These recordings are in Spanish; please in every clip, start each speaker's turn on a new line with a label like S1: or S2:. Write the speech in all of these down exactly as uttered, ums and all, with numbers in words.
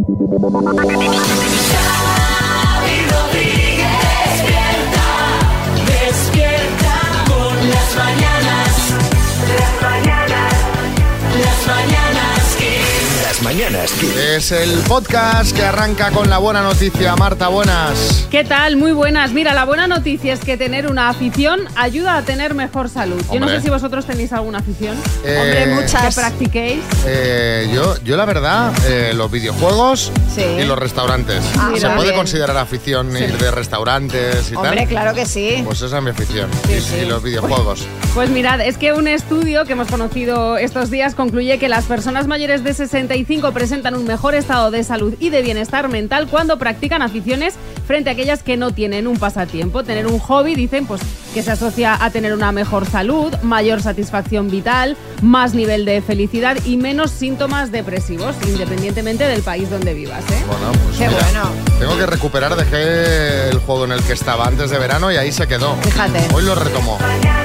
S1: Mañanas Kiss.
S2: Es el podcast que arranca con la buena noticia. Marta, buenas.
S3: ¿Qué tal? Muy buenas. Mira, la buena noticia es que tener una afición ayuda a tener mejor salud. Hombre. Yo no sé si vosotros tenéis alguna afición.
S2: Eh,
S3: Hombre, muchas. Que practiquéis.
S2: Eh, yo, yo la verdad, eh, los videojuegos sí. y los restaurantes.
S3: Ah,
S2: ¿Se puede
S3: bien.
S2: considerar afición sí. ir de restaurantes y
S4: Hombre,
S2: tal?
S4: Hombre, claro que sí.
S2: Pues esa es mi afición.
S3: Sí,
S2: y,
S3: sí.
S2: y los videojuegos.
S3: Pues, pues mirad, es que un estudio que hemos conocido estos días concluye que las personas mayores de sesenta y cinco presentan un mejor estado de salud y de bienestar mental cuando practican aficiones frente a aquellas que no tienen un pasatiempo. Tener un hobby, dicen, pues que se asocia a tener una mejor salud, mayor satisfacción vital, más nivel de felicidad y menos síntomas depresivos, independientemente del país donde vivas, ¿eh?
S2: Bueno, pues
S4: qué
S2: mira,
S4: bueno.
S2: Tengo que recuperar, dejé el juego en el que estaba antes de verano y ahí se quedó.
S4: Fíjate.
S2: Hoy lo retomó.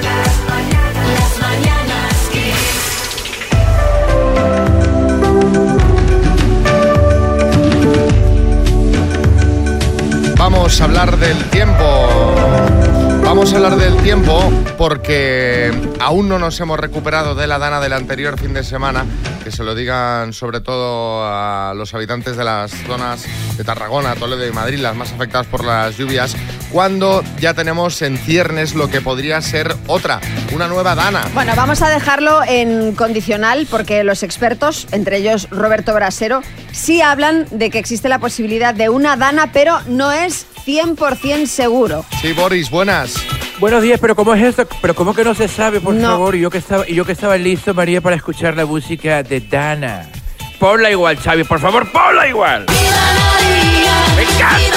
S2: Vamos a hablar del tiempo. Vamos a hablar del tiempo porque aún no nos hemos recuperado de la dana del anterior fin de semana. Que se lo digan sobre todo a los habitantes de las zonas de Tarragona, Toledo y Madrid, las más afectadas por las lluvias, cuando ya tenemos en ciernes lo que podría ser otra, una nueva dana.
S4: Bueno, vamos a dejarlo en condicional porque los expertos, entre ellos Roberto Brasero, sí hablan de que existe la posibilidad de una dana, pero no es cien por ciento seguro.
S2: Sí, Boris, buenas.
S5: Buenos días, pero ¿cómo es esto? ¿Pero cómo que no se sabe, por
S4: No.
S5: favor? Y yo que estaba, y yo que estaba listo, María, para escuchar la música de Dana. Ponla igual, Xavi, por favor, ponla igual. ¡Me encanta!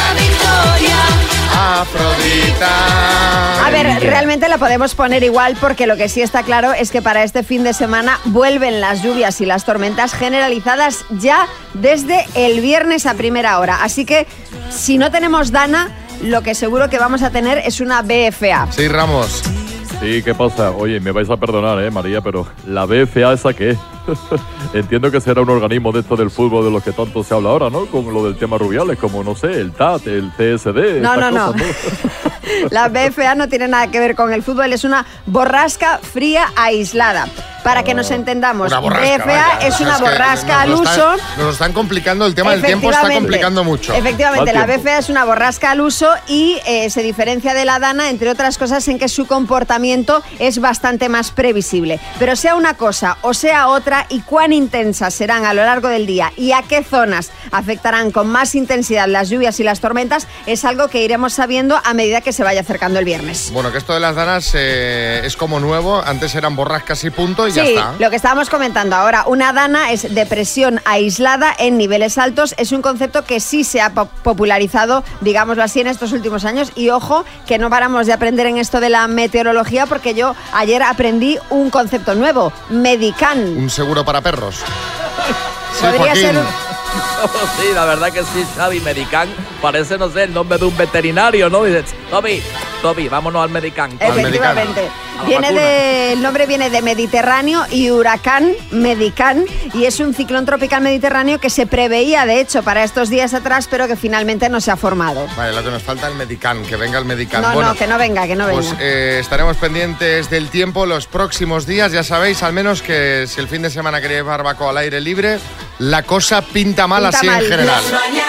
S2: Afrodita.
S4: A ver, realmente la podemos poner igual porque lo que sí está claro es que para este fin de semana vuelven las lluvias y las tormentas generalizadas ya desde el viernes a primera hora. Así que si no tenemos dana, lo que seguro que vamos a tener es una B F A.
S2: Sí, Ramos.
S6: Sí, ¿qué pasa? Oye, me vais a perdonar, ¿eh, María? Pero ¿la B F A esa qué? Entiendo que será un organismo de esto del fútbol de los que tanto se habla ahora, ¿no? Con lo del tema Rubiales, como, no sé, el T A T, el T S D...
S4: No, no, no.
S6: Cosas, ¿no?
S4: La B F A no tiene nada que ver con el fútbol, es una borrasca fría aislada. Para que nos entendamos,
S2: Una borrasca,
S4: B F A
S2: vaya.
S4: es una
S2: Es que
S4: borrasca al
S2: nos lo
S4: uso...
S2: están- Nos lo están complicando, el tema del tiempo está
S4: Efectivamente.
S2: complicando mucho.
S4: Efectivamente,
S6: Mal
S4: la B
S6: tiempo.
S4: F A es una borrasca al uso y eh, se diferencia de la dana, entre otras cosas, en que su comportamiento es bastante más previsible. Pero sea una cosa o sea otra, y cuán intensas serán a lo largo del día y a qué zonas afectarán con más intensidad las lluvias y las tormentas, es algo que iremos sabiendo a medida que se vaya acercando el viernes.
S2: Bueno, que esto de las danas eh, es como nuevo, antes eran borrascas y punto y
S4: Sí,
S2: ya está.
S4: lo que estábamos comentando ahora, una dana es depresión aislada en niveles altos, es un concepto que sí se ha po- popularizado, digámoslo así, en estos últimos años, y ojo, que no paramos de aprender en esto de la meteorología, porque yo ayer aprendí un concepto nuevo, Medican.
S2: Un seguro para perros. Sí,
S4: Podría
S2: Joaquín.
S4: ser un-
S5: Sí, la verdad que sí, Xavi, Medican. Parece, no sé, el nombre de un veterinario, ¿no? Dices, Toby, Toby, vámonos al Medican.
S4: Efectivamente.
S5: A la
S4: Viene
S5: vacuna.
S4: de, el nombre viene de Mediterráneo y huracán, Medican, y es un ciclón tropical mediterráneo que se preveía, de hecho, para estos días atrás, pero que finalmente no se ha formado.
S2: Vale, lo que nos falta es el Medican, que venga el Medican.
S4: No,
S2: bueno,
S4: no, que no venga, que no venga.
S2: Pues eh, estaremos pendientes del tiempo los próximos días. Ya sabéis, al menos que si el fin de semana queréis barbacoa al aire libre, la cosa pinta mal
S4: Pinta
S2: así
S4: mal.
S2: en general.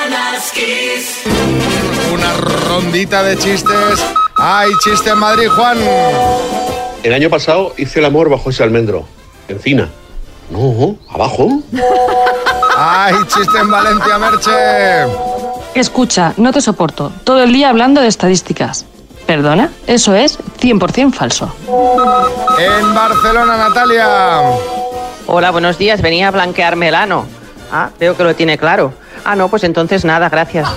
S2: Una rondita de chistes. ¡Ay, chiste en Madrid, Juan!
S7: El año pasado hice el amor bajo ese almendro. Encina. No, abajo.
S2: ¡Ay, chiste en Valencia, Merche!
S8: Escucha, no te soporto. Todo el día hablando de estadísticas. ¿Perdona? Eso es cien por ciento falso.
S2: En Barcelona, Natalia.
S9: Hola, buenos días. Venía a blanquearme el ano. Ah, veo que lo tiene claro. Ah, no, pues entonces nada, gracias.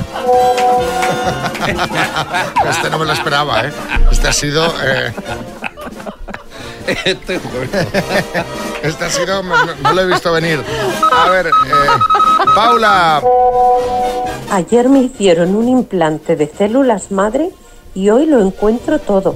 S2: Este no me lo esperaba, ¿eh? Este ha sido... Eh... Este ha sido... No, no lo he visto venir. A ver, eh... Paula.
S10: Ayer me hicieron un implante de células madre
S1: y hoy lo encuentro todo.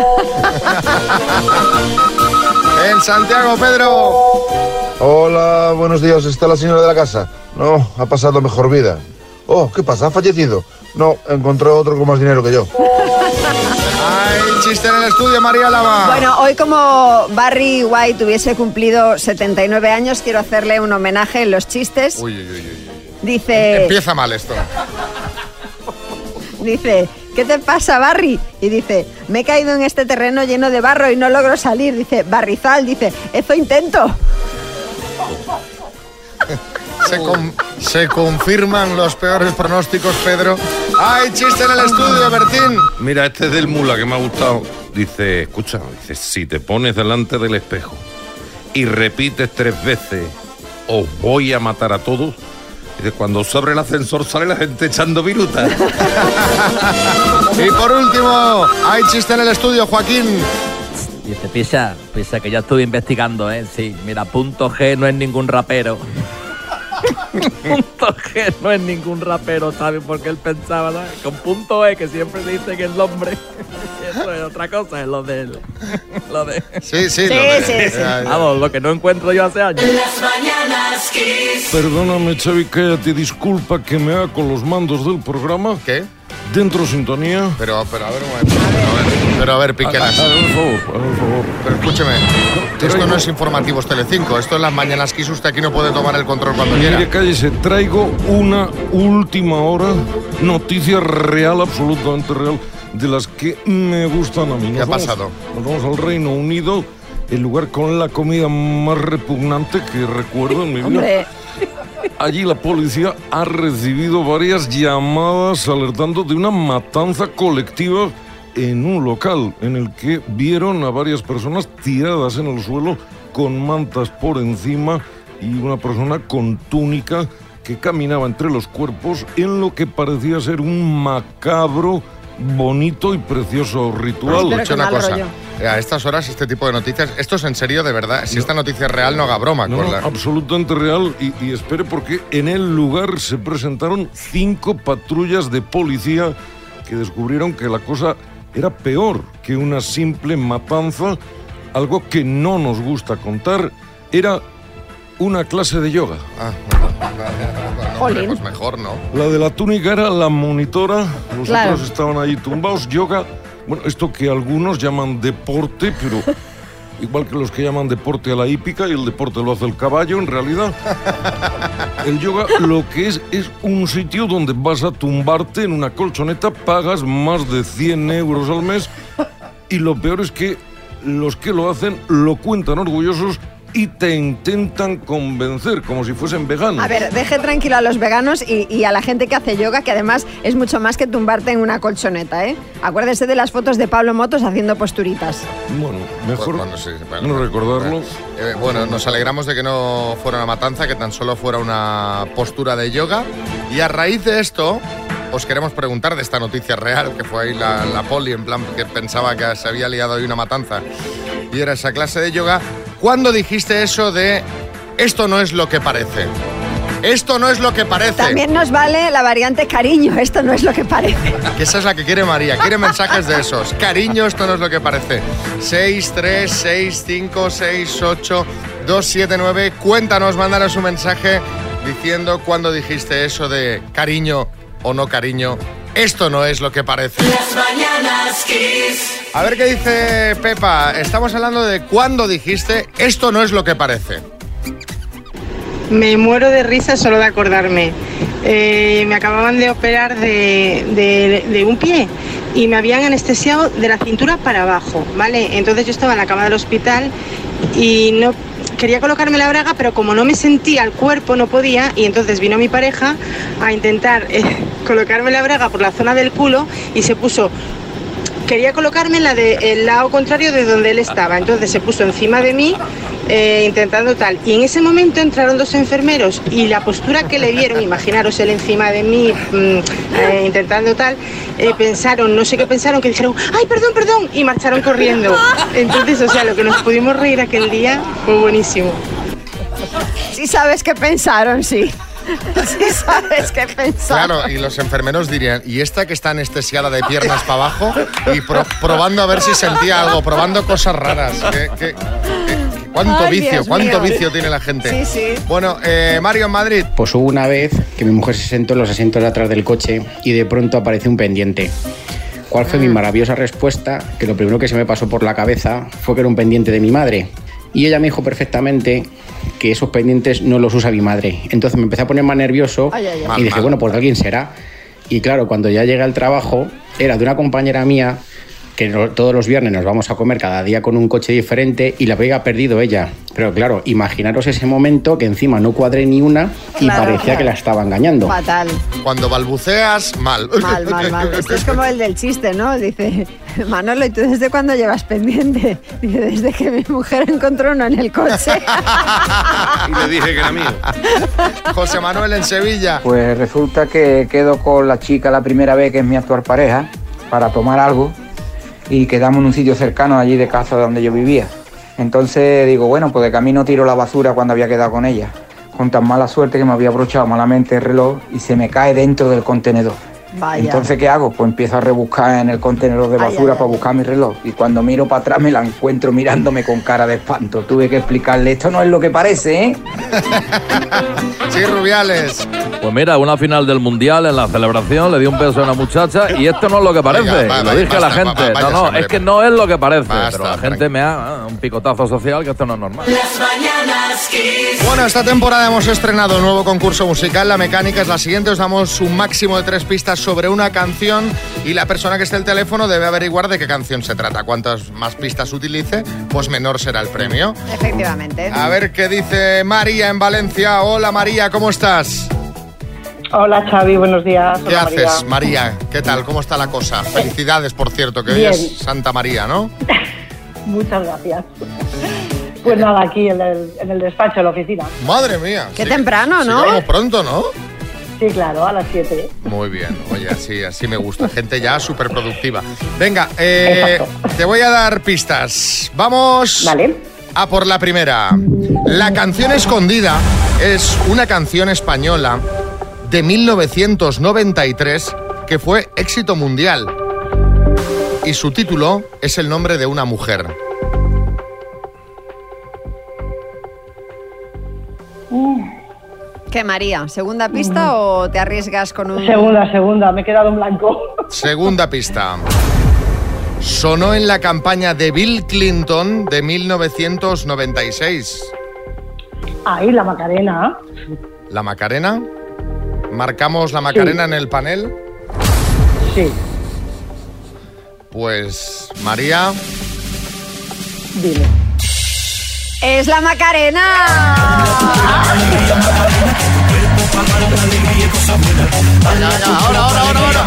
S2: En Santiago, Pedro.
S10: Hola, buenos días. ¿Está la señora de la casa? No, ha pasado mejor vida. Oh, ¿qué pasa? ¿Ha fallecido? No, encontró otro con más dinero que yo.
S2: Hay chiste en el estudio, María Lama.
S4: Bueno, hoy como Barry White hubiese cumplido setenta y nueve años, quiero hacerle un homenaje en los chistes.
S2: Uy, uy, uy, uy.
S4: Dice...
S2: Empieza mal esto.
S4: Dice, ¿qué te pasa, Barry? Y dice, me he caído en este terreno lleno de barro y no logro salir. Dice, Barrizal, dice, eso intento.
S2: Se, con, se confirman los peores pronósticos, Pedro. ¡Hay chiste en el estudio, Bertín!
S11: Mira, este es del Mula, que me ha gustado. Dice, escucha, dice, si te pones delante del espejo y repites tres veces, os voy a matar a todos, dice, cuando se abre el ascensor sale la gente echando virutas.
S2: Y por último, hay chiste en el estudio, Joaquín.
S12: Dice, pisa, pisa, que ya estuve investigando, ¿eh? Sí, mira, punto G no es ningún rapero. Punto G no es ningún rapero, ¿sabes? Porque él pensaba, ¿no? Con punto E, que siempre dicen el nombre. Eso es otra cosa, es lo de... Lo de...
S2: Sí, sí,
S4: sí,
S2: lo de,
S4: sí, sí.
S2: Ya, ya.
S12: Vamos, lo que no encuentro yo hace años.
S13: Las Mañanas Kiss.
S14: Perdóname, Xavi, cállate, disculpa que me haga con los mandos del programa.
S2: ¿Qué?
S14: Dentro sintonía.
S2: Pero, pero a ver un momento. A ver, pero a ver, Piqueras.
S14: Por favor, por favor.
S2: Pero escúcheme, esto no es Informativos Telecinco, esto es Las Mañanas Kiss, usted aquí no puede tomar el control cuando quiera.
S14: Mire, cállese, traigo una última hora, noticia real, absolutamente real, de las que me gustan a mí.
S2: ¿Qué ha pasado?
S14: Nos vamos al Reino Unido, el lugar con la comida más repugnante que recuerdo en mi vida.
S4: Hombre.
S14: Allí la policía ha recibido varias llamadas alertando de una matanza colectiva en un local en el que vieron a varias personas tiradas en el suelo con mantas por encima y una persona con túnica que caminaba entre los cuerpos en lo que parecía ser un macabro, bonito y precioso ritual.
S2: Pero escucha una cosa, a estas horas este tipo de noticias, esto es en serio, de verdad, si no, esta noticia es real, no haga broma.
S14: No,
S2: con
S14: no,
S2: la...
S14: absolutamente real y, y espere porque en el lugar se presentaron cinco patrullas de policía que descubrieron que la cosa era peor que una simple matanza, algo que no nos gusta contar, era una clase de yoga.
S2: Ah, no, no, hombre, pues mejor, ¿no?
S14: La de la túnica era la monitora, los
S4: Claro.
S14: otros estaban ahí tumbados, yoga, bueno, esto que algunos llaman deporte, pero igual que los que llaman deporte a la hípica y el deporte lo hace el caballo, en realidad. El yoga lo que es es un sitio donde vas a tumbarte en una colchoneta, pagas más de cien euros al mes y lo peor es que los que lo hacen lo cuentan orgullosos y te intentan convencer como si fuesen veganos.
S4: A ver, deje tranquilo a los veganos y, y a la gente que hace yoga, que además es mucho más que tumbarte en una colchoneta, ¿eh? Acuérdese de las fotos de Pablo Motos haciendo posturitas.
S14: Bueno, mejor
S2: bueno, sí, bueno,
S14: no recordarlo.
S2: Eh, bueno, nos alegramos de que no fuera una matanza, que tan solo fuera una postura de yoga. Y a raíz de esto, os queremos preguntar de esta noticia real, que fue ahí la, la poli, en plan, que pensaba que se había liado ahí una matanza. Y era esa clase de yoga. ¿Cuándo dijiste eso de esto no es lo que parece? Esto no es lo que parece.
S4: También nos vale la variante cariño, esto no es lo que parece.
S2: Que esa es la que quiere María, quiere mensajes de esos. Cariño, esto no es lo que parece. seis tres seis cinco seis ocho dos siete nueve. Cuéntanos, mándanos un mensaje diciendo cuándo dijiste eso de cariño o no cariño. Esto no es lo que parece.
S13: Las Mañanas Kiss.
S2: A ver qué dice Pepa. Estamos hablando de cuándo dijiste esto no es lo que parece.
S15: Me muero de risa solo de acordarme. Eh, me acababan de operar de, de, de un pie y me habían anestesiado de la cintura para abajo, ¿vale? Entonces yo estaba en la cama del hospital y no quería colocarme la braga, pero como no me sentía el cuerpo, no podía, y entonces vino mi pareja a intentar eh, colocarme la braga por la zona del culo y se puso... Quería colocarme en la de, el lado contrario de donde él estaba, entonces se puso encima de mí eh, intentando tal, y en ese momento entraron dos enfermeros y la postura que le vieron, imaginaros él encima de mí mmm, eh, intentando tal, eh, pensaron, no sé qué pensaron, que dijeron, ay, perdón, perdón, y marcharon corriendo. Entonces, o sea, lo que nos pudimos reír aquel día fue buenísimo.
S4: Sí sabes qué pensaron, sí. Sí sabes qué pensar.
S2: Claro, y los enfermeros dirían, ¿y esta que está anestesiada de piernas para abajo? Y pro, probando a ver si sentía algo, probando cosas raras. ¿Qué, qué, qué, ¿Cuánto Ay, vicio, Dios cuánto mío. vicio tiene la gente?
S4: Sí, sí.
S2: Bueno, eh, Mario en Madrid.
S16: Pues hubo una vez que mi mujer se sentó en los asientos de atrás del coche y de pronto apareció un pendiente. ¿Cuál fue mm. mi maravillosa respuesta? Que lo primero que se me pasó por la cabeza fue que era un pendiente de mi madre. Y ella me dijo perfectamente que esos pendientes no los usa mi madre. Entonces me empecé a poner más nervioso ay, ay, ay. y mal, dije, mal. bueno, pues de alguien será. Y claro, cuando ya llegué al trabajo, era de una compañera mía que no, todos los viernes nos vamos a comer cada día con un coche diferente y la había perdido ella. Pero claro, imaginaros ese momento que encima no cuadré ni una y claro, parecía claro. que la estaba engañando.
S4: Fatal.
S2: Cuando balbuceas, mal.
S4: Mal, mal, mal. Esto es como el del chiste, ¿no? Dice, Manolo, ¿y tú desde cuándo llevas pendiente? Dice, desde que mi mujer encontró uno en el coche.
S11: Y le dije que era mío.
S2: José Manuel en Sevilla.
S17: Pues resulta que quedo con la chica la primera vez, que es mi actual pareja, para tomar algo. Y quedamos en un sitio cercano allí de casa donde yo vivía. Entonces digo, bueno, pues de camino tiro la basura cuando había quedado con ella. Con tan mala suerte que me había abrochado malamente el reloj y se me cae dentro del contenedor.
S4: Vaya.
S17: Entonces, ¿qué hago? Pues empiezo a rebuscar en el contenedor de basura ay, ay, para buscar mi reloj. Y cuando miro para atrás me la encuentro mirándome con cara de espanto. Tuve que explicarle, esto no es lo que parece, ¿eh?
S2: Sí, Rubiales.
S6: Pues mira, una final del Mundial en la celebración, le di un beso a una muchacha y esto no es lo que parece. Venga, va, lo dije basta, a la gente. Va, va, no, no, hombre, es que no es lo que parece. Basta, pero la gente tranquilo. me da un picotazo social que esto no es normal.
S13: Las Mañanas Kiss.
S2: Bueno, esta temporada hemos estrenado un nuevo concurso musical. La mecánica es la siguiente. Os damos un máximo de tres pistas sobre una canción y la persona que esté al teléfono debe averiguar de qué canción se trata. Cuantas más pistas utilice, pues menor será el premio.
S4: Efectivamente.
S2: A ver qué dice María en Valencia. Hola María, ¿cómo estás?
S18: Hola Xavi, buenos días.
S2: ¿Qué
S18: Hola,
S2: haces,
S18: María?
S2: María? ¿Qué tal? ¿Cómo está la cosa? Felicidades, por cierto, que hoy
S18: Bien.
S2: es Santa María, ¿no?
S18: Muchas gracias. Pues nada, aquí en el, en el despacho, en la oficina.
S2: Madre mía.
S4: Qué
S2: sí,
S4: temprano, ¿no?
S2: Sí, vamos pronto, ¿no?
S18: Sí, claro, a las siete.
S2: Muy bien, oye, así, así me gusta. Gente ya súper productiva. Venga, eh, te voy a dar pistas. Vamos
S18: vale.
S2: a por la primera. La canción escondida es una canción española de mil novecientos noventa y tres que fue éxito mundial. Y su título es el nombre de una mujer.
S4: ¿Qué, María? ¿Segunda pista mm. o te arriesgas con un...?
S18: Segunda, segunda, me he quedado en blanco.
S2: Segunda pista. Sonó en la campaña de Bill Clinton de mil novecientos noventa y seis.
S18: Ahí, la Macarena.
S2: ¿La Macarena? ¿Marcamos la Macarena sí. en el panel?
S18: Sí.
S2: Pues, María...
S18: Dime.
S4: ¡Es la Macarena!
S2: Ahora, ahora, ahora, ahora.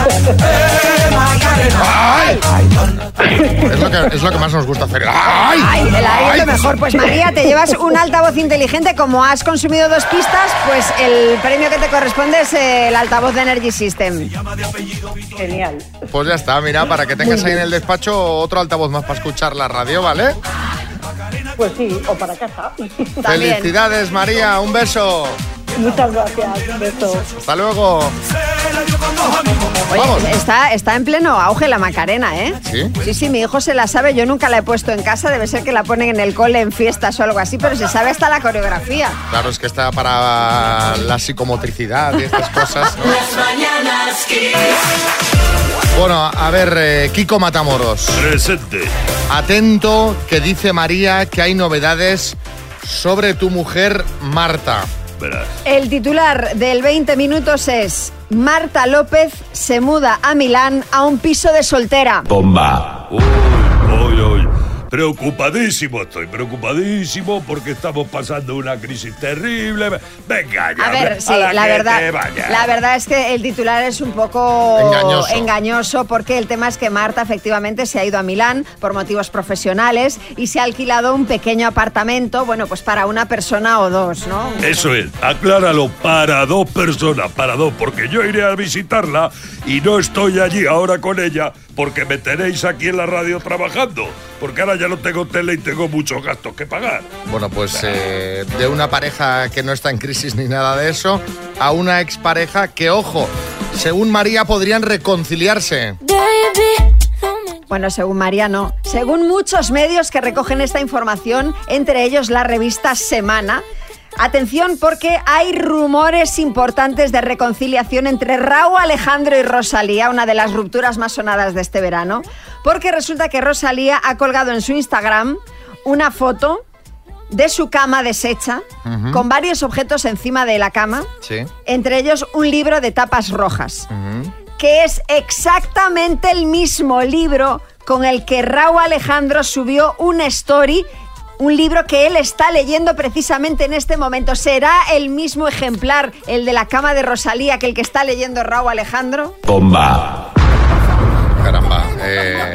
S2: ¡Ay! Es lo, que, es lo que más nos gusta hacer. ¡Ay!
S4: ¡Ay! El aire es lo mejor. Pues María, te llevas un altavoz inteligente. Como has consumido dos pistas, pues el premio que te corresponde es el altavoz de Energy System.
S18: Genial.
S2: Pues ya está, mira, para que tengas ahí en el despacho otro altavoz más para escuchar la radio, ¿vale?
S18: Pues sí, o para casa.
S2: Felicidades, María, un beso.
S18: Muchas gracias, un beso.
S2: Hasta luego.
S4: Oye, Vamos. Está, está en pleno auge la Macarena, ¿eh?
S2: ¿Sí?
S4: Sí, sí, mi hijo se la sabe. Yo nunca la he puesto en casa. Debe ser que la ponen en el cole, en fiestas o algo así, pero se sabe hasta la coreografía.
S2: Claro, es que está para la psicomotricidad y estas cosas, ¿no?
S13: Las Mañanas Kiss.
S2: Bueno, a ver, eh, Kiko Matamoros.
S19: Presente.
S2: Atento, que dice María que hay novedades sobre tu mujer Marta.
S19: Verás.
S4: El titular del veinte minutos es: Marta López se muda a Milán a un piso de soltera.
S19: Bomba. Uy, uy, uy. Preocupadísimo, estoy preocupadísimo porque estamos pasando una crisis terrible. Venga, ya.
S4: A ver, sí,
S19: a la,
S4: la verdad,
S19: vaya.
S4: la verdad es que el titular es un poco
S2: engañoso.
S4: engañoso porque el tema es que Marta efectivamente se ha ido a Milán por motivos profesionales y se ha alquilado un pequeño apartamento, bueno, pues para una persona o dos, ¿no?
S19: Eso es, acláralo, para dos personas, para dos, porque yo iré a visitarla y no estoy allí ahora con ella porque me tenéis aquí en la radio trabajando, porque ahora ya no tengo tele y tengo muchos gastos que pagar.
S2: Bueno, pues eh, de una pareja que no está en crisis ni nada de eso, a una expareja que, ojo, según María podrían reconciliarse.
S4: Bueno, según María no. Según muchos medios que recogen esta información, entre ellos la revista Semana. Atención, porque hay rumores importantes de reconciliación entre Rauw Alejandro y Rosalía, una de las rupturas más sonadas de este verano, porque resulta que Rosalía ha colgado en su Instagram una foto de su cama deshecha, uh-huh. con varios objetos encima de la cama,
S2: sí.
S4: entre ellos un libro de tapas rojas,
S2: uh-huh.
S4: que es exactamente el mismo libro con el que Rauw Alejandro subió una story, un libro que él está leyendo precisamente en este momento. ¿Será el mismo ejemplar, el de la cama de Rosalía, que el que está leyendo Rauw Alejandro?
S19: ¡Bomba!
S2: Caramba. Eh,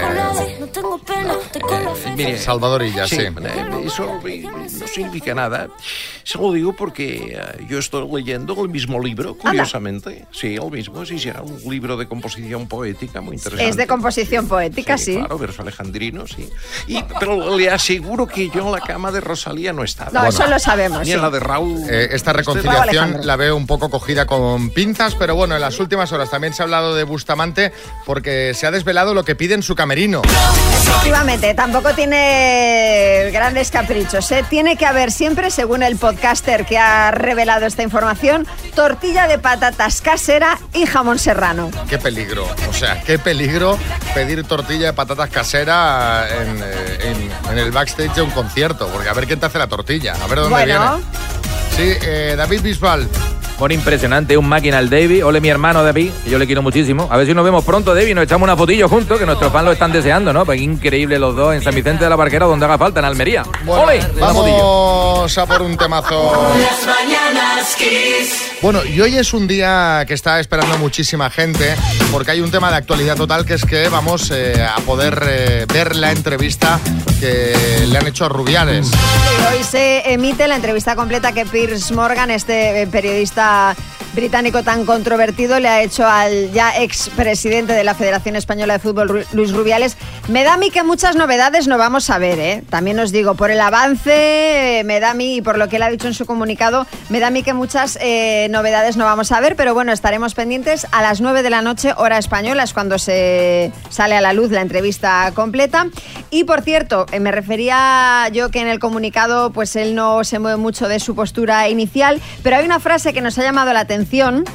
S20: Eh, mire,
S2: Salvadorilla, sí.
S20: sí. Eh, eso eh, no significa nada. Se lo digo porque eh, yo estoy leyendo el mismo libro, curiosamente. Anda. Sí, el mismo. Sí, será un libro de composición poética muy interesante.
S4: Es de composición poética, sí.
S20: Sí, claro, verso alejandrino, sí. Y, pero le aseguro que yo en la cama de Rosalía no estaba.
S4: No, bueno, eso lo sabemos.
S20: Ni
S4: sí.
S20: en la de Rauw.
S2: Eh, esta reconciliación la veo un poco cogida con pinzas, pero bueno, en las últimas horas también se ha hablado de Bustamante porque se ha desvelado lo que pide en su camerino.
S4: Efectivamente, tampoco tiene grandes caprichos, ¿eh? Tiene que haber siempre, según el podcaster que ha revelado esta información, tortilla de patatas casera y jamón serrano.
S2: Qué peligro, o sea, qué peligro pedir tortilla de patatas casera en, en, en el backstage de un concierto, porque a ver quién te hace la tortilla, a ver dónde
S4: bueno.
S2: viene. Sí, eh, David Bisbal.
S5: Bueno, impresionante, un máquina al David. Ole, mi hermano David, que yo le quiero muchísimo. A ver si nos vemos pronto, David, y nos echamos una fotillo juntos, que nuestros fans lo están deseando, ¿no? Pues increíble los dos en San Vicente de la Barquera, donde haga falta, en Almería.
S2: Bueno,
S5: ¡ole!
S2: Vamos a por un temazo.
S13: Las mañanas Kiss.
S2: Bueno, y hoy es un día que está esperando muchísima gente, porque hay un tema de actualidad total, que es que vamos eh, a poder eh, ver la entrevista que le han hecho a Rubiales.
S4: Sí, hoy se emite la entrevista completa que Piers Morgan, este periodista británico tan controvertido, le ha hecho al ya expresidente de la Federación Española de Fútbol, Luis Rubiales. Me da a mí que muchas novedades no vamos a ver, ¿eh? También os digo, por el avance, me da a mí, y por lo que él ha dicho en su comunicado, me da a mí que muchas eh, novedades no vamos a ver, pero bueno, estaremos pendientes. A las nueve de la noche, hora española, es cuando se sale a la luz la entrevista completa. Y por cierto, eh, me refería yo que en el comunicado pues él no se mueve mucho de su postura inicial, pero hay una frase que nos ha llamado la atención,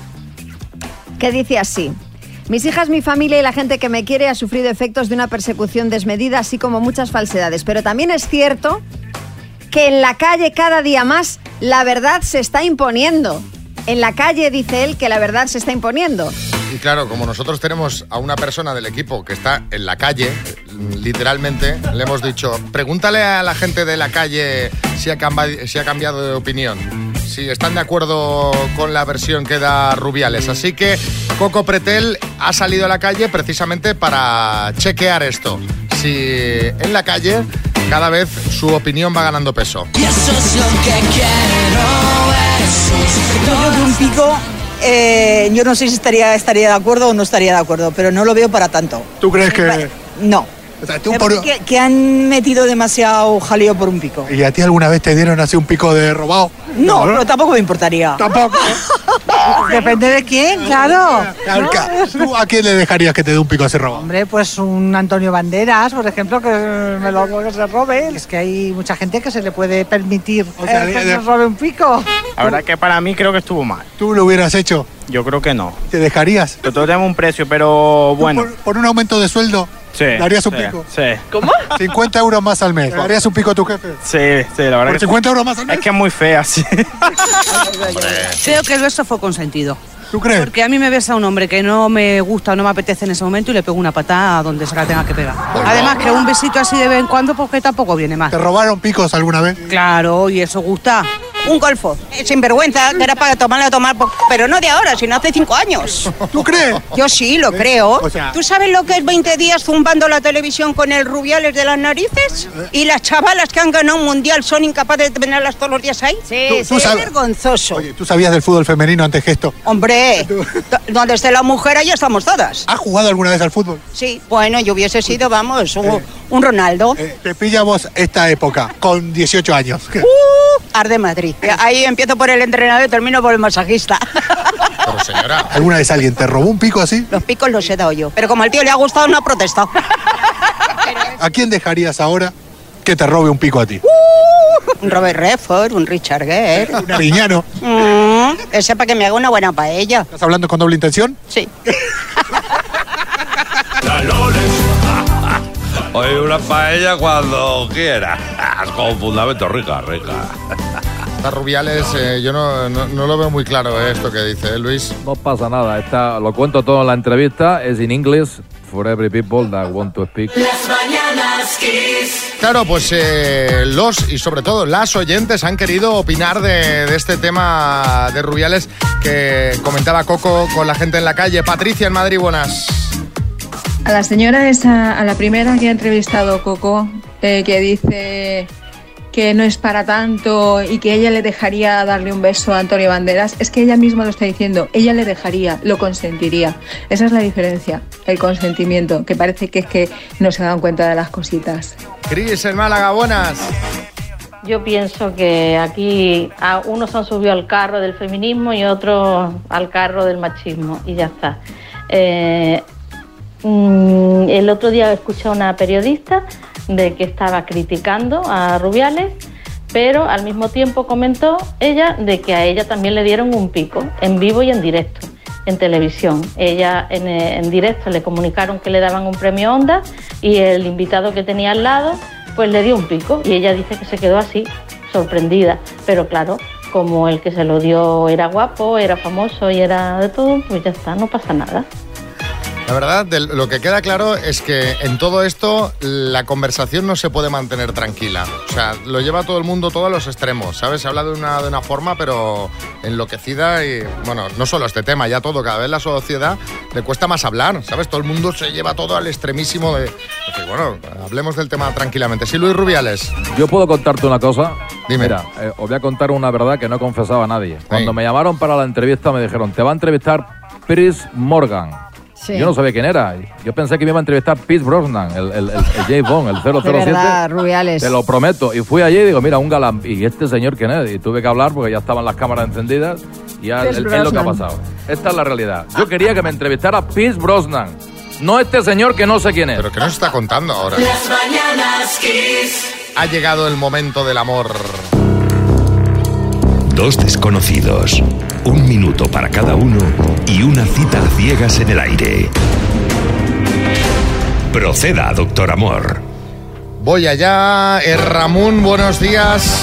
S4: que dice así: mis hijas, mi familia y la gente que me quiere ha sufrido efectos de una persecución desmedida, así como muchas falsedades. Pero también es cierto que en la calle cada día más la verdad se está imponiendo. En la calle, dice él, que la verdad se está imponiendo.
S2: Y claro, como nosotros tenemos a una persona del equipo que está en la calle, literalmente, le hemos dicho, pregúntale a la gente de la calle si ha cambiado, si ha cambiado de opinión, si están de acuerdo con la versión que da Rubiales. Así que Coco Pretel ha salido a la calle precisamente para chequear esto. Si en la calle cada vez su opinión va ganando peso.
S21: Y eso es lo que quiero, eso es
S22: Yo creo que un pico, eh, yo no sé si estaría, estaría de acuerdo o no estaría de acuerdo, pero no lo veo para tanto.
S23: ¿Tú crees que...?
S22: No.
S23: O sea, tú
S22: Me
S23: por-
S22: parece que, que han metido demasiado jaleo por un pico.
S23: ¿Y a ti alguna vez te dieron así un pico de robado?
S22: No, pero tampoco me importaría.
S23: Tampoco.
S24: Depende de quién, claro.
S23: Claro, ¿tú a quién le dejarías que te dé un pico así robado?
S24: Hombre, pues un Antonio Banderas, por ejemplo, que me lo que se robe. Es que hay mucha gente que se le puede permitir
S23: sea,
S24: eh, que
S23: de-
S24: se robe un pico.
S25: La verdad que para mí creo que estuvo mal.
S23: ¿Tú lo hubieras hecho?
S25: Yo creo que no.
S23: ¿Te dejarías?
S25: Todo tenemos un precio, pero bueno.
S23: Por, por un aumento de sueldo,
S25: Sí.
S23: ¿le harías un
S25: sí,
S23: pico?
S25: Sí.
S22: ¿Cómo?
S23: cincuenta euros más al mes. ¿Le harías un pico a tu jefe?
S25: Sí, sí, la verdad
S23: ¿Por
S25: que
S23: cincuenta euros más al mes?
S25: es que es muy fea, sí.
S22: Creo que el beso fue consentido.
S23: ¿Tú crees?
S22: Porque a mí me besa un hombre que no me gusta o no me apetece en ese momento y le pego una patada a donde se la tenga que pegar. Además que un besito así de vez en cuando, porque tampoco viene mal.
S23: ¿Te robaron picos alguna vez?
S22: Claro, y eso gusta. un golfo. Eh, Sinvergüenza, que era para tomarle a tomar, por... pero no de ahora, sino hace cinco años.
S23: ¿Tú crees?
S22: Yo sí, lo creo.
S23: O sea-
S22: ¿Tú sabes lo que es veinte días zumbando la televisión con el Rubiales de las narices? ¿Y las chavalas que han ganado un mundial son incapaces de tenerlas todos los días ahí? Sí,
S23: Tú- tú
S22: es
S23: sabes-
S22: vergonzoso.
S23: Oye, ¿tú sabías del fútbol femenino antes que esto?
S22: Hombre, do- donde esté la mujer, ahí estamos todas.
S23: ¿Has jugado alguna vez al fútbol?
S22: Sí, bueno, yo hubiese sido, vamos, un, un Ronaldo.
S23: Te pillamos esta época, con dieciocho años.
S22: Uh, Arde Madrid. Ahí empiezo por el entrenador y termino por el masajista.
S2: Pero señora,
S23: ¿Alguna vez alguien te robó un pico así?
S22: Los picos los he dado yo. Pero como al tío le ha gustado, no ha protestado.
S23: ¿A quién dejarías ahora que te robe un pico a ti?
S22: Un Robert Redford, un Richard Gere.
S23: Un Ariñano.
S22: Mm, ese para que me haga una buena paella.
S23: ¿Estás hablando con doble intención?
S22: Sí.
S11: Oye, una paella cuando quiera. Con fundamento, rica, rica.
S2: Estas Rubiales, eh, yo no, no, no lo veo muy claro eh, esto que dice ¿eh, Luis.
S5: No pasa nada, está, lo cuento todo en la entrevista, es in English for every people that want to speak.
S13: Las mañanas Kiss.
S2: Claro, pues eh, los y sobre todo las oyentes han querido opinar de, de este tema de Rubiales que comentaba Coco con la gente en la calle. Patricia en Madrid, buenas.
S1: A la señora esa, a la primera que ha entrevistado Coco, eh, que dice que no es para tanto y que ella le dejaría darle un beso a Antonio Banderas, es que ella misma lo está diciendo, ella le dejaría, lo consentiría. Esa es la diferencia, el consentimiento, que parece que es que no se dan cuenta de las cositas.
S2: Cris en Málaga, buenas.
S3: Yo pienso que aquí a unos han subido al carro del feminismo y otros al carro del machismo y ya está. Eh, mm, el otro día escuché a una periodista de que estaba criticando a Rubiales, pero al mismo tiempo comentó ella de que a ella también le dieron un pico en vivo y en directo, en televisión. Ella en, en directo le comunicaron que le daban un premio Ondas y el invitado que tenía al lado pues le dio un pico y ella dice que se quedó así, sorprendida, pero claro, como el que se lo dio era guapo, era famoso y era de todo, pues ya está, no pasa nada.
S2: La verdad, de lo que queda claro es que en todo esto la conversación no se puede mantener tranquila. O sea, lo lleva todo el mundo, todos los extremos, ¿sabes? Se habla de una, de una forma, pero enloquecida y, bueno, no solo este tema, ya todo, cada vez la sociedad le cuesta más hablar, ¿sabes? Todo el mundo se lleva todo al extremísimo de... Pues, bueno, hablemos del tema tranquilamente. Sí, Luis Rubiales.
S5: Yo puedo contarte una cosa.
S2: Dime.
S5: Mira, eh, os voy a contar una verdad que no confesaba a nadie. Cuando me llamaron para la entrevista me dijeron, te va a entrevistar Piers Morgan.
S4: Sí.
S5: Yo no sabía quién era. Yo pensé que me iba a entrevistar Pierce Brosnan, el, el, el, el James Bond, el cero cero siete.
S4: De verdad, Rubiales.
S5: Te lo prometo. Y fui allí y digo, mira, un galán. ¿Y este señor quién es? Y tuve que hablar porque ya estaban las cámaras encendidas y ya es, es lo que ha pasado. Esta es la realidad. Yo quería que me entrevistara Pierce Brosnan, no este señor que no sé quién es.
S2: ¿Pero qué nos está contando ahora?
S13: Las mañanas Kiss.
S2: Ha llegado el momento del amor.
S7: Dos desconocidos, un minuto para cada uno y una cita a ciegas en el aire. Proceda, doctor Amor.
S2: Voy allá. Eh, Ramón, buenos días.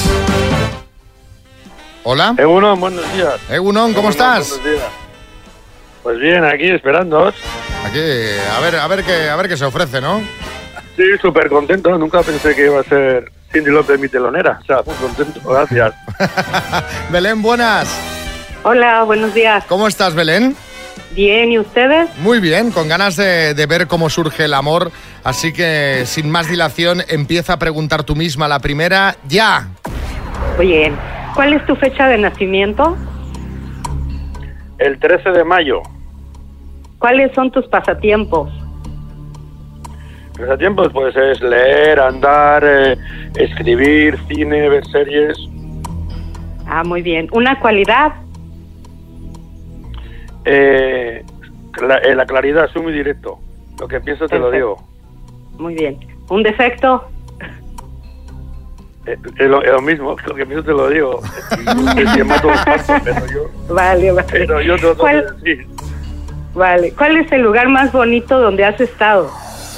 S2: Hola.
S8: Egunon, buenos días.
S2: Egunon, ¿cómo
S8: Egunon,
S2: estás?
S8: buenos días. Pues bien, aquí esperándoos.
S2: Aquí, a ver, a ver qué, a ver qué se ofrece, ¿no?
S8: Sí, súper contento. Nunca pensé que iba a ser Cindy López mi telonera. O sea, muy contento. Gracias.
S2: Belén, buenas.
S9: Hola, buenos días.
S2: ¿Cómo estás, Belén?
S9: Bien, ¿y ustedes?
S2: Muy bien, con ganas de, de ver cómo surge el amor. Así que, sin más dilación, empieza a preguntar tú misma la primera, ya.
S9: Oye, ¿cuál es tu fecha de nacimiento?
S8: El trece de mayo.
S9: ¿Cuáles son tus pasatiempos?
S8: Pasatiempos, pues es leer, andar, eh, escribir, cine, ver series.
S9: Ah, muy bien. ¿Una cualidad?
S8: Eh, la, eh, la claridad, soy muy directo. Lo que pienso te lo digo.
S9: Muy bien. ¿Un defecto?
S8: Eh, es, lo, es lo mismo, lo que pienso te lo digo. Es que mato un paso, pero yo...
S9: Vale, vale.
S8: Pero yo te lo tengo
S9: ¿Cuál,
S8: que decir.
S9: Vale. ¿Cuál es el lugar más bonito donde has estado?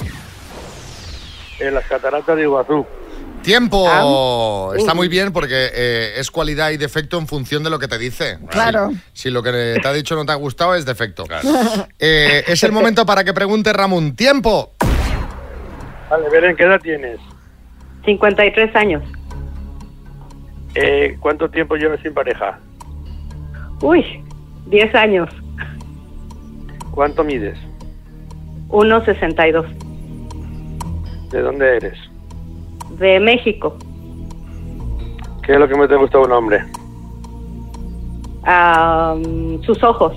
S8: En las cataratas de Iguazú.
S2: Tiempo.
S9: Ah.
S2: Está muy bien porque eh, es cualidad y defecto en función de lo que te dice.
S4: Claro.
S2: Si, si lo que te ha dicho no te ha gustado, es defecto. Claro. Eh, es el momento para que pregunte Ramón. ¡Tiempo!
S8: Vale, Belén, ¿qué edad tienes?
S9: cincuenta y tres años.
S8: Eh, ¿Cuánto tiempo llevas sin pareja?
S9: Uy, diez años.
S8: ¿Cuánto mides?
S9: uno sesenta y dos.
S8: ¿De dónde eres?
S9: De México.
S8: ¿Qué es lo que más te gusta de un hombre?
S9: Um, sus ojos.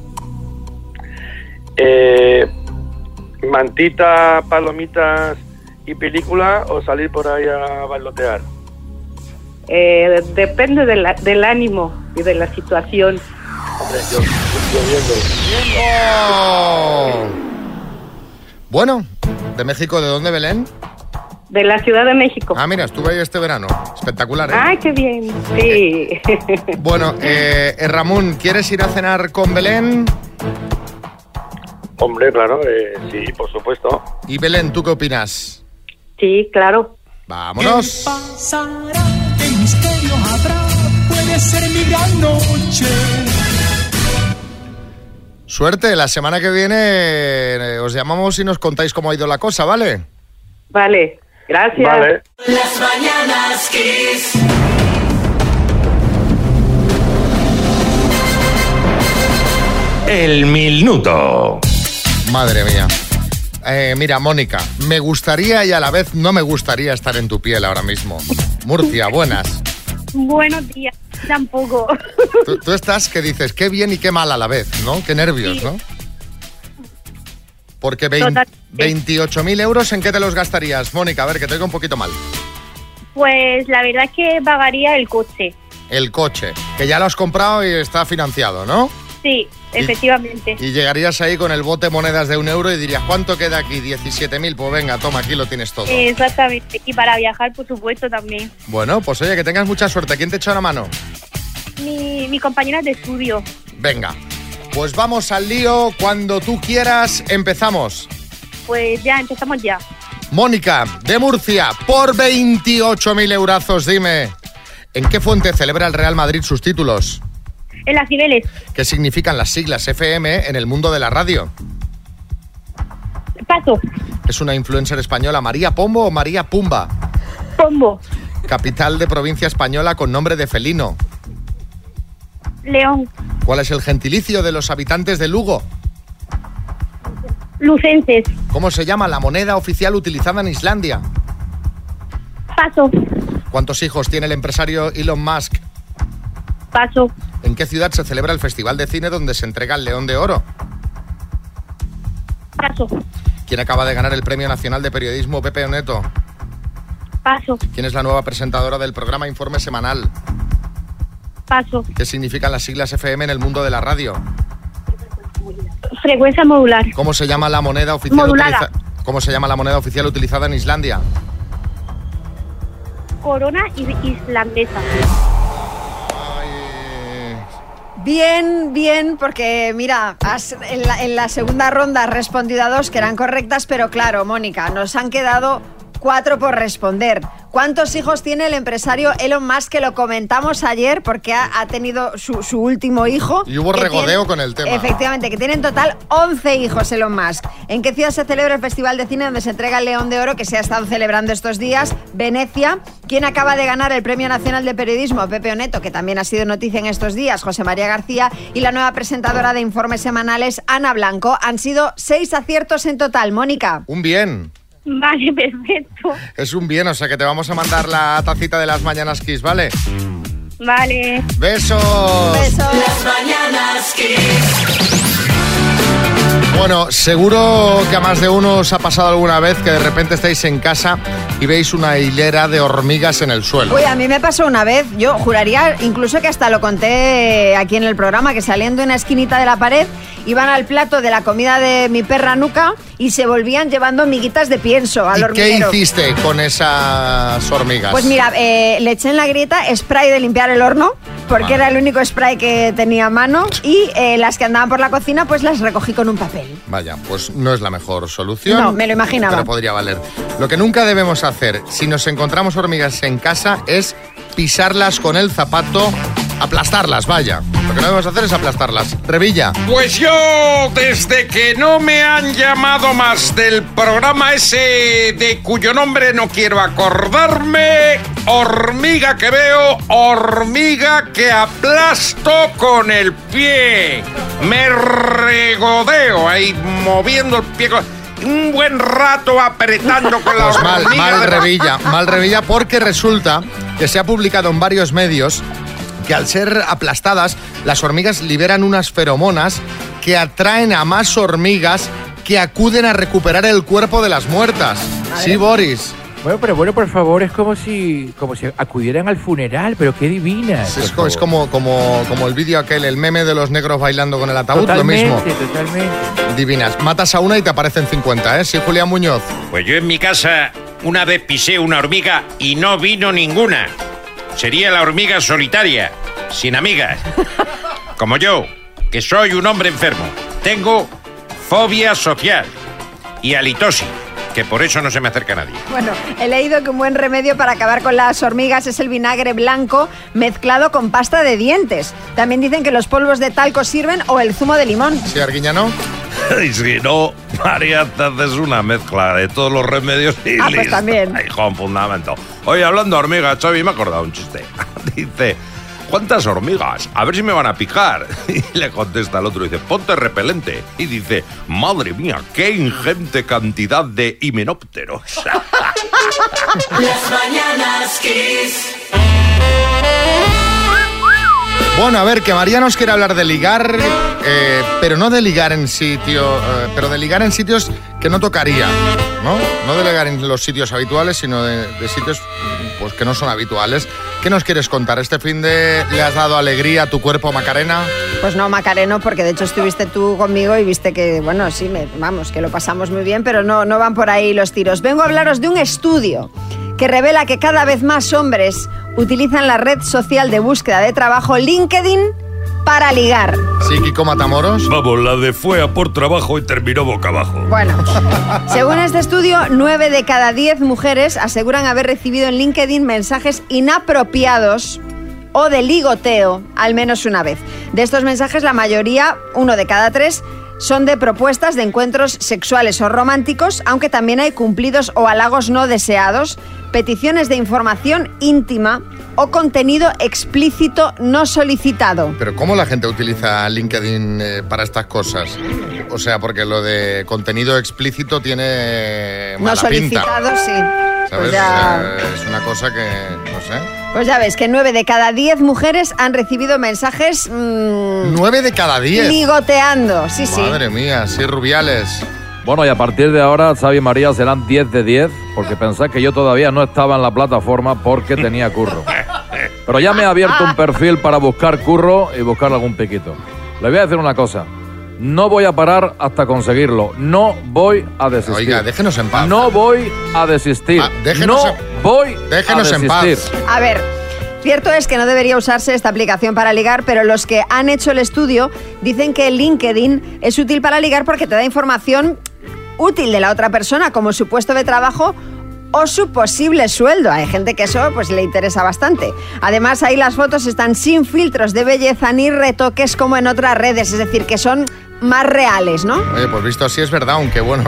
S8: Eh, ¿Mantita, palomitas y película o salir por ahí a bailotear?
S9: Eh, depende de la, del ánimo y de la situación.
S8: Hombre, yo, yo, yo viendo.
S2: ¡Tiempo! Bueno, ¿de México de dónde, Belén?
S9: De la Ciudad de México.
S2: Ah, mira, estuve ahí este verano. Espectacular, ¿eh?
S9: ¡Ay, qué bien! Sí.
S2: Bueno, eh, eh, Ramón, ¿quieres ir a cenar con Belén?
S8: Hombre, claro, eh, sí, por supuesto.
S2: Y Belén, ¿tú qué opinas?
S9: Sí, claro.
S2: ¡Vámonos!
S21: ¿Qué pasará? ¿Qué misterio habrá? Puede ser mi gran noche.
S2: Suerte, la semana que viene eh, os llamamos y nos contáis cómo ha ido la cosa, ¿vale?
S9: Vale, gracias.
S8: Vale.
S13: Las Mañanas Kiss.
S7: El minuto.
S2: Madre mía. Eh, mira, Mónica, me gustaría y a la vez no me gustaría estar en tu piel ahora mismo. Murcia, buenas.
S10: Buenos días, tampoco.
S2: Tú, tú estás que dices qué bien y qué mal a la vez, ¿no? Qué nervios,
S10: Sí.
S2: ¿no? Porque veinte, veintiocho mil euros, ¿en qué te los gastarías? Mónica, a ver, que te oigo un poquito mal.
S10: Pues la verdad es que pagaría el coche.
S2: El coche, que ya lo has comprado y está financiado, ¿no?
S10: Sí, efectivamente.
S2: Y llegarías ahí con el bote monedas de un euro y dirías, ¿cuánto queda aquí? diecisiete mil, pues venga, toma, aquí lo tienes todo.
S10: Exactamente. Y para viajar, por supuesto, también.
S2: Bueno, pues oye, que tengas mucha suerte. ¿Quién te echa una mano?
S10: Mi, mi compañera de estudio.
S2: Venga, pues vamos al lío. Cuando tú quieras, empezamos.
S10: Pues ya, empezamos ya.
S2: Mónica, de Murcia, por veintiocho mil eurazos, dime, ¿en qué fuente celebra el Real Madrid sus títulos?
S10: En las Cibeles.
S2: ¿Qué significan las siglas F M en el mundo de la radio?
S10: Paso.
S2: ¿Es una influencer española María Pombo o María Pumba?
S10: Pombo.
S2: Capital de provincia española con nombre de felino.
S10: León.
S2: ¿Cuál es el gentilicio de los habitantes de Lugo?
S10: Lucenses.
S2: ¿Cómo se llama la moneda oficial utilizada en Islandia?
S10: Paso.
S2: ¿Cuántos hijos tiene el empresario Elon Musk?
S10: Paso.
S2: ¿En qué ciudad se celebra el Festival de Cine donde se entrega el León de Oro?
S10: Paso.
S2: ¿Quién acaba de ganar el Premio Nacional de Periodismo Pepe Oneto?
S10: Paso.
S2: ¿Quién es la nueva presentadora del programa Informe Semanal?
S10: Paso.
S2: ¿Qué significan las siglas F M en el mundo de la radio?
S10: Frecuencia modular.
S2: ¿Cómo se llama la moneda oficial
S10: Modulada.
S2: utiliza- ¿Cómo se llama la moneda oficial utilizada en Islandia?
S10: Corona i- islandesa.
S4: Bien, bien, porque mira, has, en, la, en la segunda ronda has respondido a dos que eran correctas, pero claro, Mónica, nos han quedado cuatro por responder. ¿Cuántos hijos tiene el empresario Elon Musk? Que lo comentamos ayer porque ha, ha tenido su, su último hijo.
S2: Y hubo
S4: que
S2: regodeo
S4: tiene-
S2: con el tema.
S4: Efectivamente, que tiene en total once hijos Elon Musk. ¿En qué ciudad se celebra el Festival de Cine donde se entrega el León de Oro que se ha estado celebrando estos días? Venecia. ¿Quién acaba de ganar el Premio Nacional de Periodismo? Pepe Oneto, que también ha sido noticia en estos días, José María García. Y la nueva presentadora de informes semanales, Ana Blanco. Han sido seis aciertos en total, Mónica.
S2: Un bien.
S10: Vale, perfecto.
S2: Es un bien, o sea que te vamos a mandar la tacita de las Mañanas Kiss, ¿vale?
S10: Vale.
S2: ¡Besos!
S13: Las Mañanas Kiss.
S2: Bueno, seguro que a más de uno os ha pasado alguna vez que de repente estáis en casa y veis una hilera de hormigas en el suelo.
S4: Uy, a mí me pasó una vez, yo juraría, incluso que hasta lo conté aquí en el programa, que saliendo de una esquinita de la pared, iban al plato de la comida de mi perra Nuca y se volvían llevando miguitas de pienso al
S2: ¿Y qué
S4: hormiguero.
S2: hiciste con esas hormigas?
S4: Pues mira, eh, le eché en la grieta spray de limpiar el horno, porque
S2: Ah.
S4: era el único spray que tenía a mano, y eh, las que andaban por la cocina, pues las recogí con un papel.
S2: Vaya, pues no es la mejor solución.
S4: No, me lo imaginaba.
S2: Pero podría valer. Lo que nunca debemos hacer, si nos encontramos hormigas en casa, es pisarlas con el zapato aplastarlas, vaya. Lo que no debemos hacer es aplastarlas. Revilla.
S11: Pues yo, desde que no me han llamado más del programa ese de cuyo nombre no quiero acordarme, hormiga que veo, hormiga que aplasto con el pie. Me regodeo ahí moviendo el pie con... un buen rato apretando con la
S2: pues
S11: hormiga.
S2: Mal, mal
S11: de...
S2: Revilla, mal Revilla, porque resulta que se ha publicado en varios medios que al ser aplastadas, las hormigas liberan unas feromonas que atraen a más hormigas que acuden a recuperar el cuerpo de las muertas. Madre. Sí, Boris.
S12: Bueno, pero bueno, por favor, es como si como si acudieran al funeral, pero qué divina.
S2: Sí, es, es como, como, como el vídeo aquel, el meme de los negros bailando con el ataúd,
S12: totalmente,
S2: lo mismo.
S12: Totalmente.
S2: Divinas. Matas a una y te aparecen cincuenta, ¿eh? Sí, Julián Muñoz.
S11: Pues yo en mi casa una vez pisé una hormiga y no vino ninguna. Sería la hormiga solitaria, sin amigas. Como yo, que soy un hombre enfermo. Tengo fobia social y halitosis, que por eso no se me acerca nadie.
S4: Bueno, he leído que un buen remedio para acabar con las hormigas es el vinagre blanco mezclado con pasta de dientes. También dicen que los polvos de talco sirven o el zumo de limón.
S2: ¿Sí, Arguiñano?
S11: Y si no, María, te haces una mezcla de todos los remedios y
S4: ah,
S11: listo.
S4: Pues también.
S11: Ay, con fundamento. Oye, hablando de hormigas, Xavi, me ha acordado un chiste. Dice, ¿cuántas hormigas? A ver si me van a picar. Y le contesta el otro, dice, ponte repelente. Y dice, madre mía, qué ingente cantidad de himenópteros.
S13: Las mañanas Kiss.
S2: Bueno, a ver, que María nos quiere hablar de ligar, eh, pero no de ligar en sitio, eh, pero de ligar en sitios que no tocaría, ¿no? No de ligar en los sitios habituales, sino de, de sitios pues que no son habituales. ¿Qué nos quieres contar? ¿Este fin de le has dado alegría a tu cuerpo, Macarena?
S4: Pues no, Macareno, porque de hecho estuviste tú conmigo y viste que, bueno, sí, me, vamos, que lo pasamos muy bien, pero no, no van por ahí los tiros. Vengo a hablaros de un estudio que revela que cada vez más hombres utilizan la red social de búsqueda de trabajo LinkedIn para ligar.
S2: ¿Sí, Kiko Matamoros?
S19: Vamos, la de fue a por trabajo y terminó boca abajo.
S4: Bueno, según este estudio, nueve de cada diez mujeres aseguran haber recibido en LinkedIn mensajes inapropiados o de ligoteo al menos una vez. De estos mensajes, la mayoría, uno de cada tres, son de propuestas de encuentros sexuales o románticos, aunque también hay cumplidos o halagos no deseados, peticiones de información íntima o contenido explícito no solicitado.
S2: Pero ¿cómo la gente utiliza LinkedIn eh, para estas cosas? O sea, porque lo de contenido explícito tiene mala
S4: no solicitado,
S2: pinta.
S4: Sí.
S2: ¿Sabes?
S4: Pues ya...
S2: Es una cosa que, no sé...
S4: Pues ya ves que nueve de cada diez mujeres han recibido mensajes... Mmm,
S2: ¿Nueve de cada diez?
S4: Ligoteando, sí, sí.
S2: Madre mía, sí, Rubiales.
S5: Bueno, y a partir de ahora, Xavi y María serán diez de diez, porque pensad que yo todavía no estaba en la plataforma porque tenía curro. Pero ya me he abierto un perfil para buscar curro y buscar algún piquito. Le voy a decir una cosa. No voy a parar hasta conseguirlo. No voy a desistir.
S2: Oiga, déjenos en paz.
S5: No voy a desistir.
S2: Ah, déjenos
S5: no
S2: en...
S5: voy
S2: déjenos
S5: a desistir.
S2: en paz.
S4: A ver, cierto es que no debería usarse esta aplicación para ligar, pero los que han hecho el estudio dicen que LinkedIn es útil para ligar porque te da información útil de la otra persona, como su puesto de trabajo o su posible sueldo. Hay gente que eso pues le interesa bastante. Además, ahí las fotos están sin filtros de belleza ni retoques como en otras redes, es decir, que son más reales, ¿no?
S2: Oye, pues visto así es verdad, aunque bueno,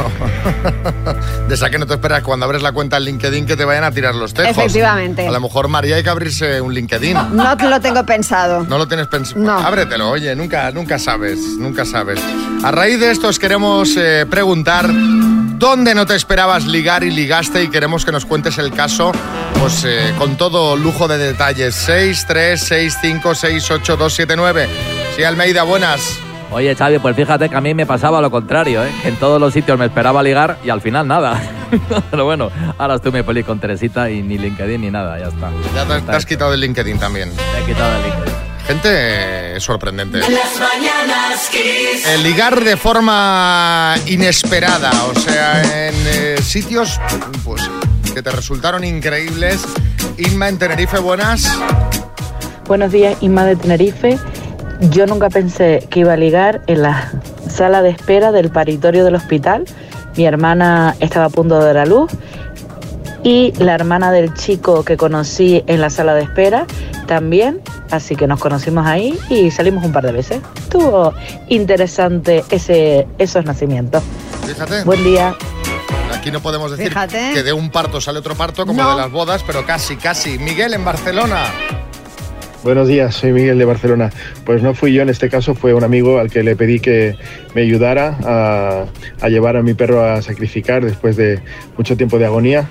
S2: de esa que no te esperas cuando abres la cuenta en LinkedIn que te vayan a tirar los tejos.
S4: Efectivamente.
S2: A lo mejor, María, hay que abrirse un LinkedIn.
S4: No lo tengo pensado.
S2: ¿No lo tienes pensado?
S4: No.
S2: Ábretelo, oye, nunca, nunca sabes, nunca sabes. A raíz de esto os queremos eh, preguntar dónde no te esperabas ligar y ligaste, y queremos que nos cuentes el caso pues eh, con todo lujo de detalles. seis tres seis cinco seis ocho dos siete nueve. Sí, Almeida, buenas.
S12: Oye, Xavi, pues fíjate que a mí me pasaba lo contrario, ¿eh? En todos los sitios me esperaba ligar y al final nada. Pero bueno, ahora estoy muy feliz con Teresita y ni LinkedIn ni nada, ya está.
S2: Ya te, te has quitado el LinkedIn también.
S12: Me he quitado el LinkedIn.
S2: Gente eh, sorprendente.
S13: Las mañanas Kiss.
S2: El ligar de forma inesperada, o sea, en eh, sitios pues que te resultaron increíbles. Inma en Tenerife, buenas.
S14: Buenos días, Inma de Tenerife. Yo nunca pensé que iba a ligar en la sala de espera del paritorio del hospital. Mi hermana estaba a punto de dar a luz y la hermana del chico que conocí en la sala de espera también así que nos conocimos ahí y salimos un par de veces. Estuvo interesante ese, esos nacimientos.
S2: Fíjate.
S14: Buen día.
S2: Aquí no podemos decir
S4: Fíjate.
S2: que de un parto sale otro parto como
S4: No.
S2: de las bodas, pero casi, casi. Miguel, en Barcelona.
S6: Buenos días, soy Miguel de Barcelona. Pues no fui yo en este caso, fue un amigo al que le pedí que me ayudara a, a llevar a mi perro a sacrificar después de mucho tiempo de agonía.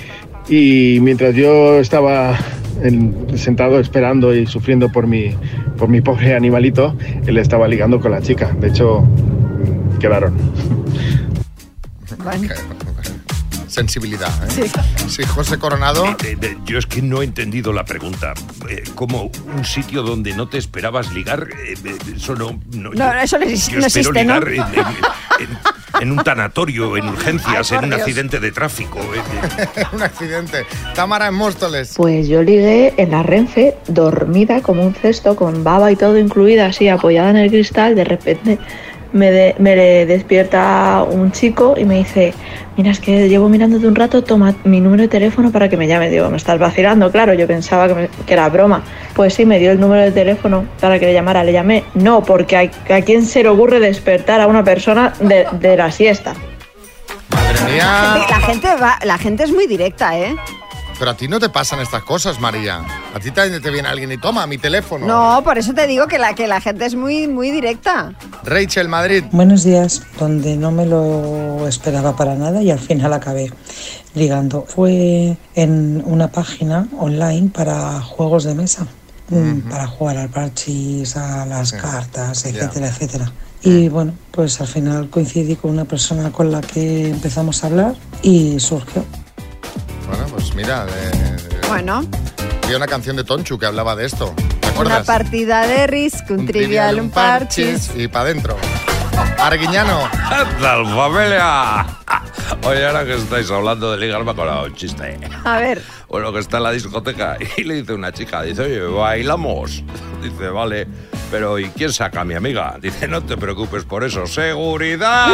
S6: Y mientras yo estaba en- sentado esperando y sufriendo por mi, por mi pobre animalito, él estaba ligando con la chica. De hecho, mm, quedaron.
S4: Bueno.
S2: Sensibilidad, ¿eh?
S4: Sí.
S2: Sí, José Coronado.
S19: Eh, eh, eh, yo es que no he entendido la pregunta. Eh, como un sitio donde no te esperabas ligar, eh, eh, eso no... No,
S4: No, eso no existe,
S19: yo
S4: no
S19: espero
S4: existe, ¿no?
S19: ligar en, en- en- en un tanatorio, en urgencias,
S2: Ay,
S19: en
S2: por
S19: un
S2: Dios.
S19: accidente de tráfico. eh, eh.
S2: Un accidente. Tamara en Móstoles.
S15: Pues yo ligué en la Renfe, dormida como un cesto, con baba y todo incluida, así apoyada en el cristal. De repente me, de- me despierta un chico y me dice: mira, es que llevo mirándote un rato, toma mi número de teléfono para que me llame. Digo, me estás vacilando, claro, yo pensaba que, me- que era broma. Pues sí, me dio el número de teléfono para que le llamara. Le llamé, no, porque a, a quién se le ocurre despertar a una persona de, de la siesta.
S2: Madre mía.
S4: La gente va, la gente es muy directa, ¿eh?
S2: Pero a ti no te pasan estas cosas, María. A ti te, te viene alguien y toma mi teléfono.
S4: No, por eso te digo que la, que la gente es muy, muy directa.
S2: Rachel, Madrid.
S16: Buenos días, donde no me lo esperaba para nada y al final acabé ligando. Fue en una página online para juegos de mesa, mm, para jugar al parchís, a las cartas, etcétera, etcétera. Y bueno, pues al final coincidí con una persona con la que empezamos a hablar y surgió.
S2: Bueno, pues mira, de-
S4: Bueno,
S2: había una canción de Tonchu que hablaba de esto. ¿Te
S4: una
S2: acuerdas?
S4: partida de Risk, un, trivial, un parchís.
S2: Y para adentro. Arguiñano.
S11: ¿Qué tal, familia? Oye, ahora que estáis hablando de ligar, me ha colado un chiste.
S4: A ver.
S11: Bueno, que está en la discoteca y le dice una chica, dice, oye, bailamos. Dice, vale, pero ¿y quién saca a mi amiga? Dice, no te preocupes por eso, ¡seguridad!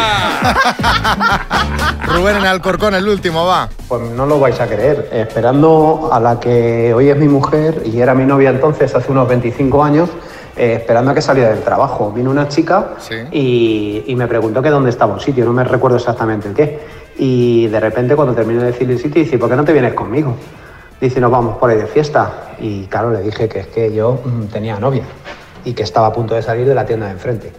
S2: Rubén en Alcorcón, el último, va.
S17: Pues no lo vais a creer. Esperando a la que hoy es mi mujer y era mi novia entonces, hace unos veinticinco años, eh, esperando a que saliera del trabajo. Vino una chica y, y me preguntó que dónde estaba un sitio, no me recuerdo exactamente el qué. Y de repente cuando terminé de decirle el sitio, dice, ¿por qué no te vienes conmigo? Dice, nos vamos por ahí de fiesta. Y claro, le dije que es que yo mm, tenía novia y que estaba a punto de salir de la tienda de enfrente.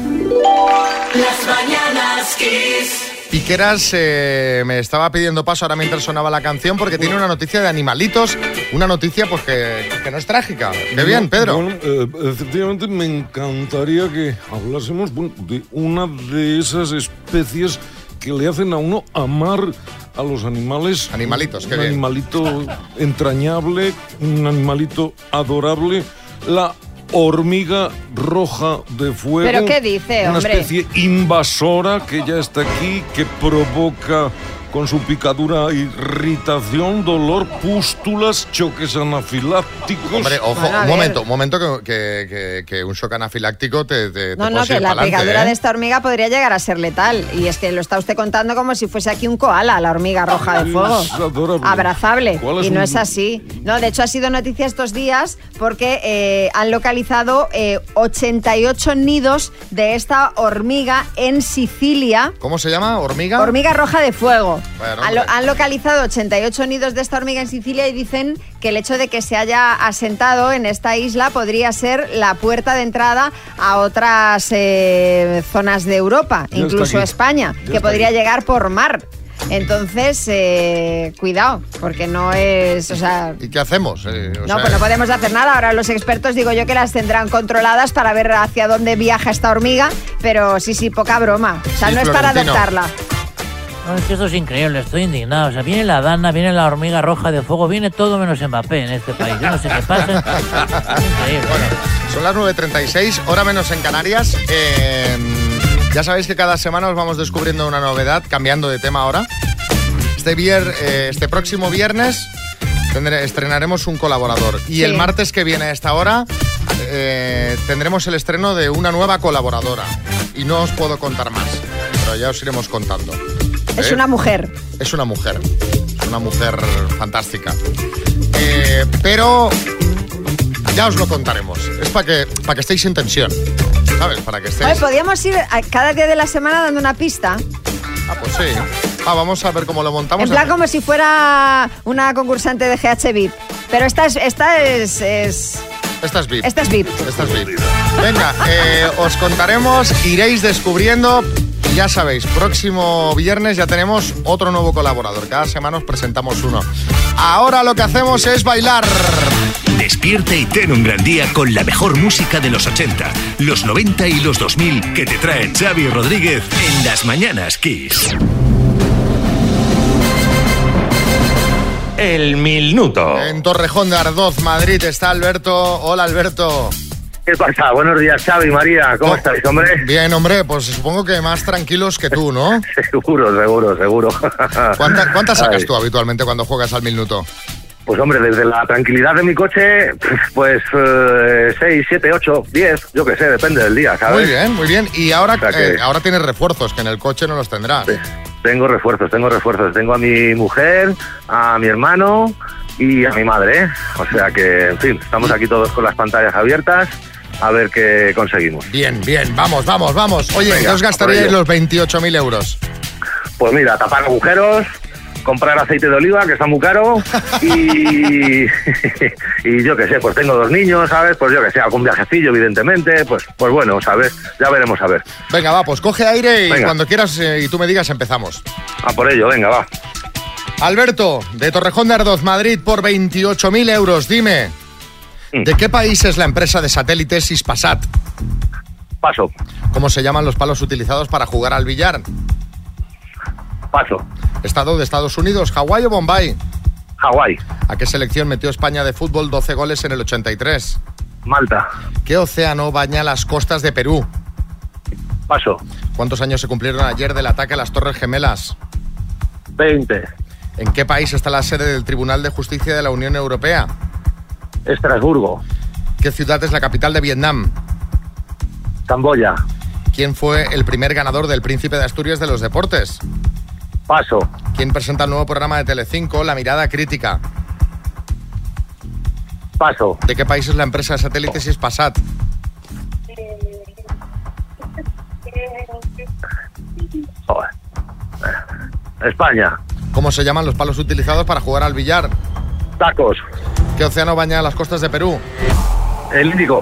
S13: Las mañanas Kiss.
S2: Piqueras eh, me estaba pidiendo paso ahora mientras sonaba la canción porque tiene una noticia de animalitos, una noticia pues que, que no es trágica. Qué bien, Pedro.
S18: Bueno, eh, efectivamente me encantaría que hablásemos bueno, de una de esas especies que le hacen a uno amar a los animales.
S2: Animalitos, qué
S18: un
S2: bien.
S18: animalito entrañable, un animalito adorable, la hormiga roja de fuego.
S4: ¿Pero qué dice,
S18: Una
S4: hombre?
S18: especie invasora que ya está aquí, que provoca con su picadura irritación, dolor, pústulas, choques anafilácticos.
S2: Hombre, ojo, un momento, un momento que, que, que, que un shock anafiláctico te, te,
S4: No,
S2: te
S4: no,
S2: puede
S4: que
S2: ir
S4: la
S2: pa'lante,
S4: picadura
S2: ¿eh?
S4: de esta hormiga podría llegar a ser letal. Y es que lo está usted contando como si fuese aquí un koala, la hormiga roja de fuego.
S18: Es adorable.
S4: Abrazable.
S18: ¿Cuál es
S4: Y no
S18: un-
S4: es así. No, de hecho ha sido noticia estos días porque eh, han localizado eh, ochenta y ocho nidos de esta hormiga en Sicilia.
S2: ¿Cómo se llama? ¿Hormiga?
S4: Hormiga roja de fuego.
S2: Vaya
S4: Han, lo-
S2: nombre.
S4: han localizado ochenta y ocho nidos de esta hormiga en Sicilia y dicen que el hecho de que se haya asentado en esta isla podría ser la puerta de entrada a otras eh, zonas de Europa,
S18: Ya
S4: incluso
S18: está aquí.
S4: España,
S18: Ya
S4: que
S18: está
S4: podría
S18: aquí.
S4: llegar por mar. Entonces, eh, cuidado, porque no es... O sea,
S2: ¿Y qué hacemos? Eh, o
S4: no,
S2: sea,
S4: pues no podemos hacer nada. Ahora los expertos digo yo que las tendrán controladas para ver hacia dónde viaja esta hormiga, pero sí, sí, poca broma. O sea,
S2: Sí,
S4: no es para
S2: Florentino.
S4: adoptarla.
S26: No, es que esto es increíble, estoy indignado. O sea, viene la Dana, viene la hormiga roja de fuego, viene todo menos Mbappé en este país. Yo no sé qué pasa. Es increíble.
S2: Son las nueve treinta y seis, hora menos en Canarias. Eh, ya sabéis que cada semana os vamos descubriendo una novedad, cambiando de tema ahora. Este, vier, eh, este próximo viernes tendré- estrenaremos un colaborador. Y
S4: Sí.
S2: el martes que viene a esta hora eh, tendremos el estreno de una nueva colaboradora. Y no os puedo contar más, pero ya os iremos contando.
S4: Es
S2: ¿Eh?
S4: una mujer.
S2: Es una mujer. Es una mujer fantástica. Eh, pero Ya os lo contaremos. Es para que, para que estéis en tensión, ¿sabes? Para que estéis...
S4: Oye, podríamos ir a cada día de la semana dando una pista.
S2: Ah, pues sí. Ah, vamos a ver cómo lo montamos.
S4: En plan como si fuera una concursante de G H V I P. Pero esta es... Esta es, es...
S2: Esta es V I P.
S4: Esta es V I P.
S2: Esta es V I P. Venga, eh, os contaremos, iréis descubriendo... Y ya sabéis, próximo viernes ya tenemos otro nuevo colaborador. Cada semana os presentamos uno. Ahora lo que hacemos es bailar.
S7: Despierta y ten un gran día con la mejor música de los ochenta, los noventa y los dos mil que te trae Xavi Rodríguez en Las Mañanas Kiss. El minuto.
S2: En Torrejón de Ardoz, Madrid, está Alberto. Hola, Alberto.
S1: ¿Qué pasa? Buenos días, Xavi, María. ¿Cómo oh, estáis, hombre?
S2: Bien, hombre, pues supongo que más tranquilos que tú, ¿no?
S1: Seguro, seguro, seguro.
S2: ¿Cuántas cuánta sacas Ay. tú habitualmente cuando juegas al minuto?
S1: Pues, hombre, desde la tranquilidad de mi coche, pues eh, seis, siete, ocho, diez, yo qué sé, depende del día, ¿sabes?
S2: Muy bien, muy bien. Y ahora,
S1: o sea que...
S2: eh, ahora tienes refuerzos, que en el coche no los tendrás.
S1: Sí. Tengo refuerzos, tengo refuerzos. Tengo a mi mujer, a mi hermano y a mi madre, ¿eh? O sea que, en fin, estamos aquí todos con las pantallas abiertas. A ver qué conseguimos.
S2: Bien, bien, vamos, vamos, vamos. Oye, ¿qué os gastaríais los veintiocho mil euros?
S1: Pues mira, tapar agujeros, comprar aceite de oliva, que está muy caro, y, y yo qué sé, pues tengo dos niños, ¿sabes? Pues yo que sé, algún viajecillo, evidentemente, pues, pues bueno, ¿sabes? Ya veremos a ver.
S2: Venga, va, pues coge aire y
S1: venga.
S2: Cuando quieras eh, y tú me digas, empezamos.
S1: A por ello, venga, va.
S2: Alberto, de Torrejón de Ardoz, Madrid, por veintiocho mil euros, dime... ¿De qué país es la empresa de satélites Hispasat?
S1: Paso.
S2: ¿Cómo se llaman los palos utilizados para jugar al billar?
S1: Paso.
S2: ¿Estado de Estados Unidos, Hawái o Bombay?
S1: Hawái.
S2: ¿A qué selección metió España de fútbol doce goles en el ochenta y tres?
S1: Malta.
S2: ¿Qué océano baña las costas de Perú?
S1: Paso.
S2: ¿Cuántos años se cumplieron ayer del ataque a las Torres Gemelas?
S1: veinte.
S2: ¿En qué país está la sede del Tribunal de Justicia de la Unión Europea?
S1: Estrasburgo.
S2: ¿Qué ciudad es la capital de Vietnam?
S1: Camboya.
S2: ¿Quién fue el primer ganador del Príncipe de Asturias de los deportes?
S1: Paso.
S2: ¿Quién presenta el nuevo programa de Telecinco, La Mirada Crítica?
S1: Paso.
S2: ¿De qué país es la empresa de satélites Hispasat?
S1: Joder. España.
S2: ¿Cómo se llaman los palos utilizados para jugar al billar?
S1: Tacos.
S2: ¿Qué océano baña las costas de Perú?
S1: El Índico.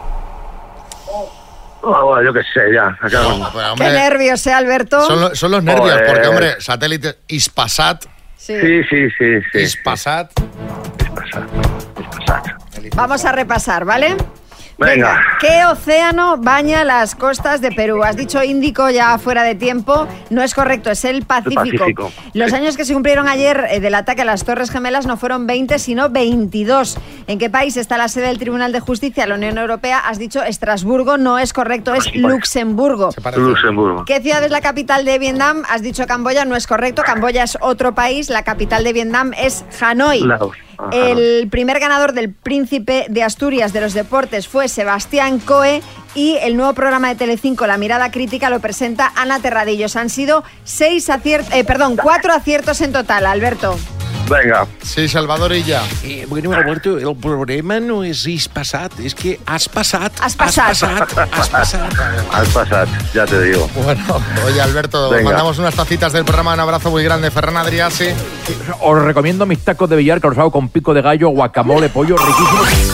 S1: Oh, bueno, yo qué sé, ya.
S2: No, pero, hombre,
S4: qué nervios, ¿eh, Alberto?
S2: Son, lo, son los nervios,
S1: Joder.
S2: Porque, hombre, satélite Hispasat.
S1: Sí, sí, sí. sí, sí
S2: Hispasat.
S1: Hispasat. Hispasat.
S4: Vamos a repasar, ¿vale?
S1: Venga.
S4: Venga. ¿Qué océano baña las costas de Perú? Has dicho Índico ya fuera de tiempo. No es correcto, es el Pacífico.
S1: El Pacífico.
S4: Los
S1: sí.
S4: años que se cumplieron ayer eh, del ataque a las Torres Gemelas no fueron veinte, sino veintidós. ¿En qué país está la sede del Tribunal de Justicia de la Unión Europea? Has dicho Estrasburgo, no es correcto, es Luxemburgo.
S1: Luxemburgo.
S4: ¿Qué ciudad es la capital de Vietnam? Has dicho Camboya, no es correcto. Camboya es otro país, la capital de Vietnam es Hanoi.
S1: Laos. Ajá.
S4: El primer ganador del Príncipe de Asturias de los deportes fue Sebastián Coe y el nuevo programa de Telecinco, La Mirada Crítica, lo presenta Ana Terradillos. Han sido seis aciertos, eh, perdón, cuatro aciertos en total, Alberto.
S1: Venga.
S2: Sí, Salvador y ya.
S20: Eh, bueno, Alberto, el problema no es Hispasat, es que has pasado.
S4: Has pasado.
S20: Has pasado. Has pasado.
S1: Has pasado, ya te digo.
S2: Bueno, oye, Alberto,
S1: Venga.
S2: mandamos unas tacitas del programa. Un abrazo muy grande. Ferran Adrià, sí.
S12: Os recomiendo mis tacos de billar que los hago con pico de gallo, guacamole, pollo, riquísimos.